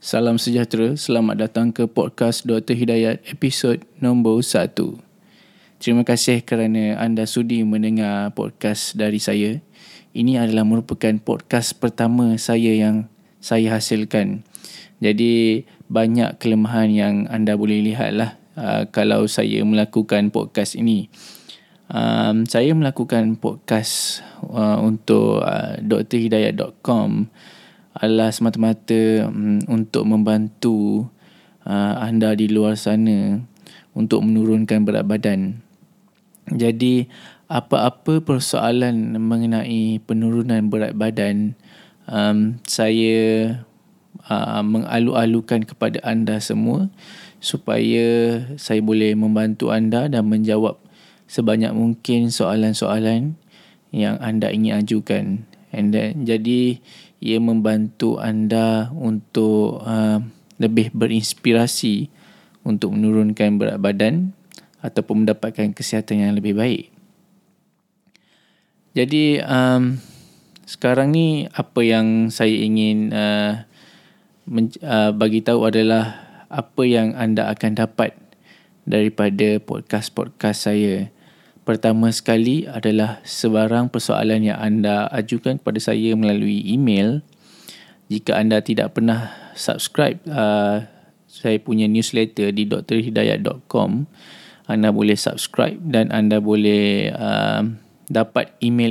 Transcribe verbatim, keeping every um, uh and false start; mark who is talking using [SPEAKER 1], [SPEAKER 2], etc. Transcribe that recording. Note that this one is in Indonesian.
[SPEAKER 1] Salam sejahtera, selamat datang ke podcast Doktor Hidayat episod nombor satu. Terima kasih kerana anda sudi mendengar podcast dari saya. Ini adalah merupakan podcast pertama saya yang saya hasilkan. Jadi banyak kelemahan yang anda boleh lihat lah uh, kalau saya melakukan podcast ini. Um, saya melakukan podcast uh, untuk uh, d r hidayat dot com adalah semata-mata um, untuk membantu uh, anda di luar sana untuk menurunkan berat badan. Jadi apa-apa persoalan mengenai penurunan berat badan, um, saya uh, mengalu-alukan kepada anda semua supaya saya boleh membantu anda dan menjawab sebanyak mungkin soalan-soalan yang anda ingin ajukan. And then, jadi ia membantu anda untuk uh, lebih berinspirasi untuk menurunkan berat badan ataupun mendapatkan kesihatan yang lebih baik. Jadi um, sekarang ni apa yang saya ingin uh, men- uh, bagi tahu adalah apa yang anda akan dapat daripada podcast-podcast saya. Pertama sekali adalah sebarang persoalan yang anda ajukan kepada saya melalui email. Jika anda tidak pernah subscribe uh, saya punya newsletter di d r hidayat dot com, anda boleh subscribe dan anda boleh uh, dapat email